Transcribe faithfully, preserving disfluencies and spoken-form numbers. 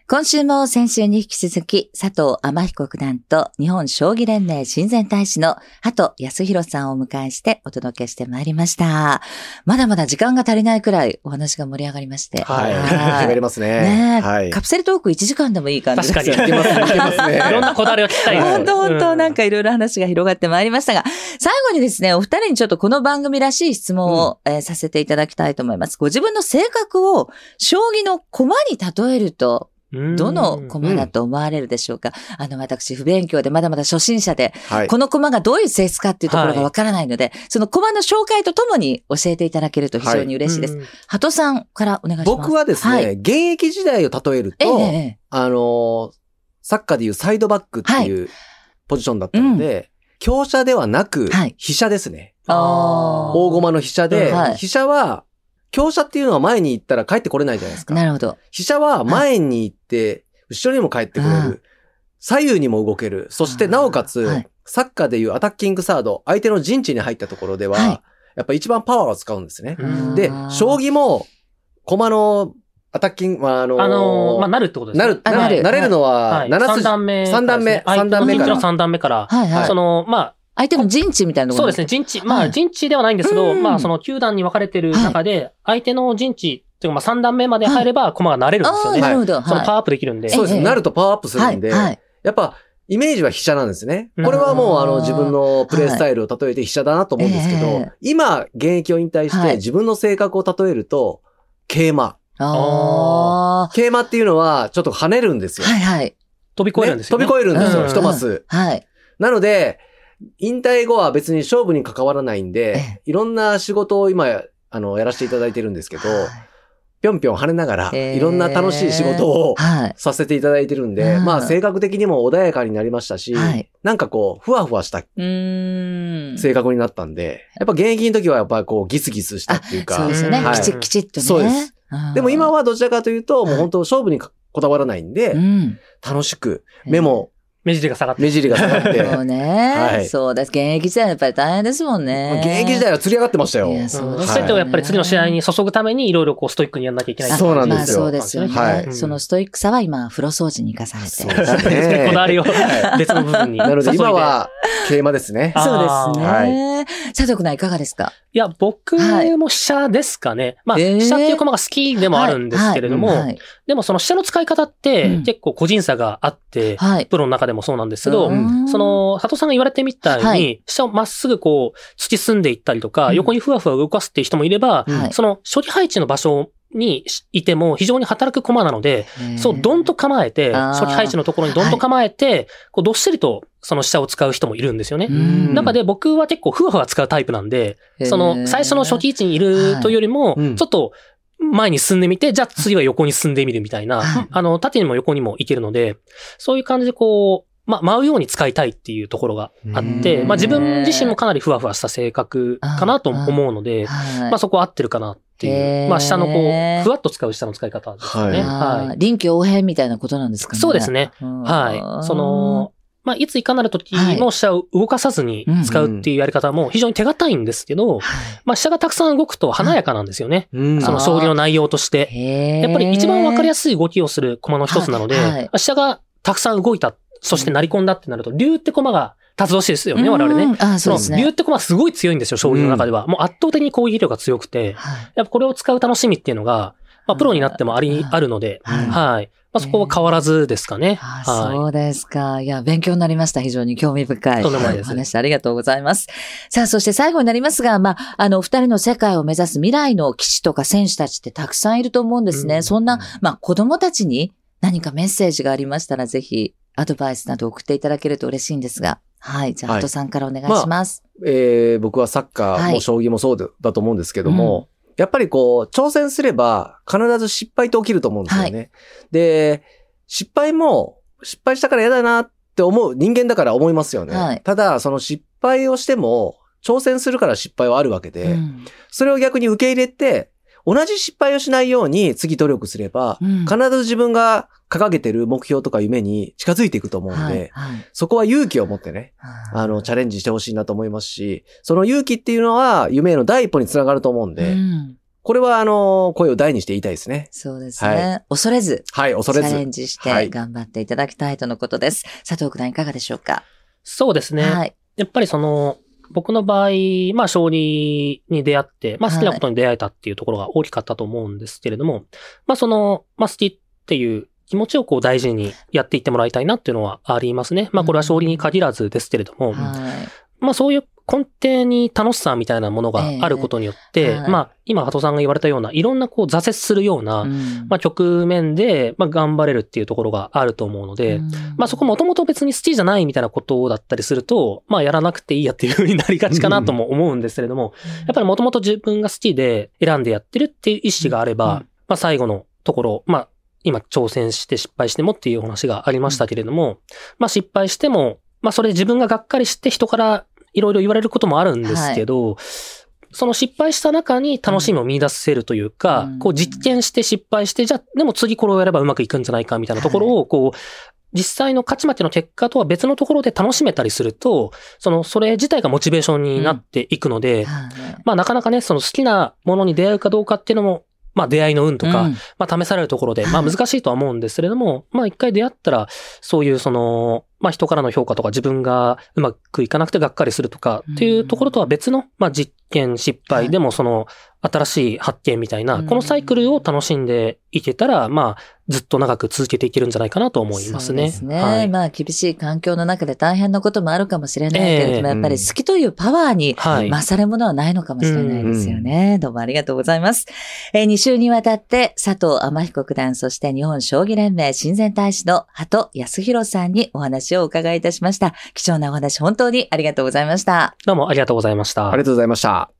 今週も先週に引き続き佐藤天彦九段と日本将棋連盟親善大使の鳩康弘さんをお迎えしてお届けしてまいりました。まだまだ時間が足りないくらいお話が盛り上がりまして。 はい。盛り上がりますね。 ね、 はい。 カプセルトークいちじかんでもいい感じです。 確かに。いけますね。いけますね。いろんなこだわりを聞きたいです。 本当本当なんかいろいろ話が広がってまいりましたが、最後にですね、お二人にちょっとこの番組らしい質問を、うんえー、させていただきたいと思います。ご自分の性格を将棋の駒に例えると、どの駒だと思われるでしょうか。うん、あの、私、不勉強でまだまだ初心者で、はい、この駒がどういう性質かっていうところがわからないので、はい、その駒の紹介とともに教えていただけると非常に嬉しいです。はい、鳩さんからお願いします。 僕はですね、はい、現役時代を例えると、ええ、あの、サッカーでいうサイドバックっていうポジションだったので、はいうん、強者ではなく、飛車ですね。あ大駒の飛車で、はい、飛車は、強者っていうのは前に行ったら帰ってこれないじゃないですか。 なるほど。 飛車は前に行って、後ろにも帰ってこれる。左右にも動ける。そしてなおかつ、はい、サッカーでいうアタッキングサード、相手の陣地に入ったところでは、はい、やっぱ一番パワーを使うんですね。で、将棋も、駒のアタッキング、まあ、あのー、 あのー、まあ、なるってことですね。 なる、なる。なれるのは、ななさん段目。 さん段目。さん段目から。 のさん段目から。はいはい、その、まあ、 相手の陣地みたいなところそうですね。陣地。まあ、陣地ではないんですけど、まあ、そのきゅう段に分かれてる中で、相手の陣地、というかまあさん段目まで入れば、駒がなれるんですよね。 なるほど。 そのパワーアップできるんで。 そうですね。なるとパワーアップするんで、やっぱ、イメージは飛車なんですね。これはもう、あの、自分のプレイスタイルを例えて飛車だなと思うんですけど、今、現役を引退して、自分の性格を例えると、桂馬。桂馬っていうのは、ちょっと跳ねるんですよ。 はいはい。 飛び越えるんですよ。 飛び越えるんですよ、一マス。 はい。 なので、引退後は別に勝負に関わらないんで、いろんな仕事を今、あの、やらせていただいてるんですけど、ぴょんぴょん跳ねながら、いろんな楽しい仕事をさせていただいてるんで、まあ性格的にも穏やかになりましたし、なんかこう、ふわふわした性格になったんで、やっぱ現役の時はやっぱこう、ギスギスしたっていうか。 そうですね。きちっきちっとね。 そうです。でも今はどちらかというと、もう本当勝負にこだわらないんで、楽しく、目も、 目尻が下がって。 目尻が下がって。 そうね。はい。そうです。現役時代はやっぱり大変ですもんね。 現役時代は釣り上がってましたよ。いや、 そうです。それとやっぱり次の試合に注ぐためにいろいろこうストイックにやんなきゃいけない。 そうなんですよ。 そうですよね。はい。そのストイックさは今、風呂掃除に生かされて。 そうですね。 こだわりを別の部分に。 なので今は、桂馬ですね。 そうですね。佐藤君はいかがですか？ いや、僕も飛車ですかね。まあ、飛車っていう駒が好きでもあるんですけれども、でもその飛車の使い方って結構個人差があって、プロの中でもそうなんですけど、その、佐藤さんが言われてみたいに、飛車をまっすぐこう、突き進んでいったりとか、横にふわふわ動かすっていう人もいれば、その、処理配置の場所にいても非常に働く駒なので、そう、どんと構えて、初期配置のところにどんと構えて、こう、どっしりとその飛車を使う人もいるんですよね。中で僕は結構ふわふわ使うタイプなんで、その、最初の初期位置にいるというよりも、ちょっと、前に進んでみて、じゃあ次は横に進んでみるみたいな、あの、縦にも横にも行けるので、そういう感じでこう、まあ、舞うように使いたいっていうところがあって、まあ自分自身もかなりふわふわした性格かなと思うので、まあそこは合ってるかなっていう、まあ下のこう、ふわっと使う下の使い方ですね。 はい。臨機応変みたいなことなんですかね。 そうですね。はい。その、まあいついかなる時も飛車を動かさずに使うっていうやり方も非常に手堅いんですけど、まあ飛車がたくさん動くと華やかなんですよね。その将棋の内容として。やっぱり一番わかりやすい動きをする駒の一つなので、飛車がたくさん動いた。そして成り込んだってなると、竜って駒が立つ年ですよね、我々ね。 あそうですね。 竜って駒はすごい強いんですよ、将棋の中では。もう圧倒的に攻撃力が強くて、やっぱこれを使う楽しみっていうのが、まあプロになってもあり、あるので、はい。まあそこは変わらずですかね。 はい。そうですか。いや、勉強になりました。非常に興味深い。 とんでもないです。 お話ありがとうございます。さあ、そして最後になりますが、まあ、あの、二人の世界を目指す未来の棋士とか選手たちってたくさんいると思うんですね。そんな、まあ子供たちに何かメッセージがありましたら、ぜひ、アドバイスなど送っていただけると嬉しいんですが。はい。じゃあ、鳩さんからお願いします。 まあ、えー、僕はサッカーも将棋もそうだと思うんですけども、はいうん、やっぱりこう、挑戦すれば必ず失敗って起きると思うんですよね。はい、で、失敗も、失敗したから嫌だなって思う人間だから思いますよね。はい、ただ、その失敗をしても、挑戦するから失敗はあるわけで、うん、それを逆に受け入れて、同じ失敗をしないように次努力すれば、うん、必ず自分が掲げてる目標とか夢に近づいていくと思うんで、はいはい、そこは勇気を持ってね、あの、チャレンジしてほしいなと思いますし、その勇気っていうのは夢への第一歩につながると思うんで、うん、 これはあの、声を大にして言いたいですね。 そうですね。はい、恐れず。 はい、恐れず。 チャレンジして頑張っていただきたいとのことです。はい、佐藤九段いかがでしょうか？ そうですね。はい、やっぱりその、僕の場合、まあ、将棋に出会って、まあ、好きなことに出会えたっていうところが大きかったと思うんですけれども、はい、まあ、その、まあ、好きっていう気持ちをこう大事にやっていってもらいたいなっていうのはありますね。まあ、これは将棋に限らずですけれども、うん、はい、まあ、そういう根底に楽しさみたいなものがあることによって、えーはい、まあ、今、鳩さんが言われたような、いろんなこう挫折するような、うん、まあ、局面で、まあ、頑張れるっていうところがあると思うので、うん、まあ、そこもともと別に好きじゃないみたいなことだったりすると、まあ、やらなくていいやっていう風になりがちかなとも思うんですけれども、うん、やっぱりもともと自分が好きで選んでやってるっていう意思があれば、うん、まあ、最後のところ、まあ、今挑戦して失敗してもっていう話がありましたけれども、うん、まあ、失敗しても、まあ、それ自分ががっかりして人からいろいろ言われることもあるんですけど、はい、その失敗した中に楽しみを見出せるというか、うん、こう実験して失敗して、じゃあ、でも次これをやればうまくいくんじゃないかみたいなところを、こう、実際の勝ち負けの結果とは別のところで楽しめたりすると、その、それ自体がモチベーションになっていくので、うんはい、まあなかなかね、その好きなものに出会うかどうかっていうのも、まあ出会いの運とか、うん、まあ試されるところで、まあ難しいとは思うんですけれども、まあ一回出会ったら、そういうその、まあ人からの評価とか自分がうまくいかなくてがっかりするとかっていうところとは別の、まあ実験失敗でもその新しい発見みたいな、このサイクルを楽しんでいけたら、まあずっと長く続けていけるんじゃないかなと思いますね。 そうですね。はい、まあ厳しい環境の中で大変なこともあるかもしれないけれども、えー、やっぱり好きというパワーに勝るものはないのかもしれないですよね。はいうん、どうもありがとうございます。えー、に週にわたって佐藤天彦九段、そして日本将棋連盟親善大使の鳩康弘さんにお話をお伺いいたしました。貴重なお話本当にありがとうございました。 どうもありがとうございました。 ありがとうございました。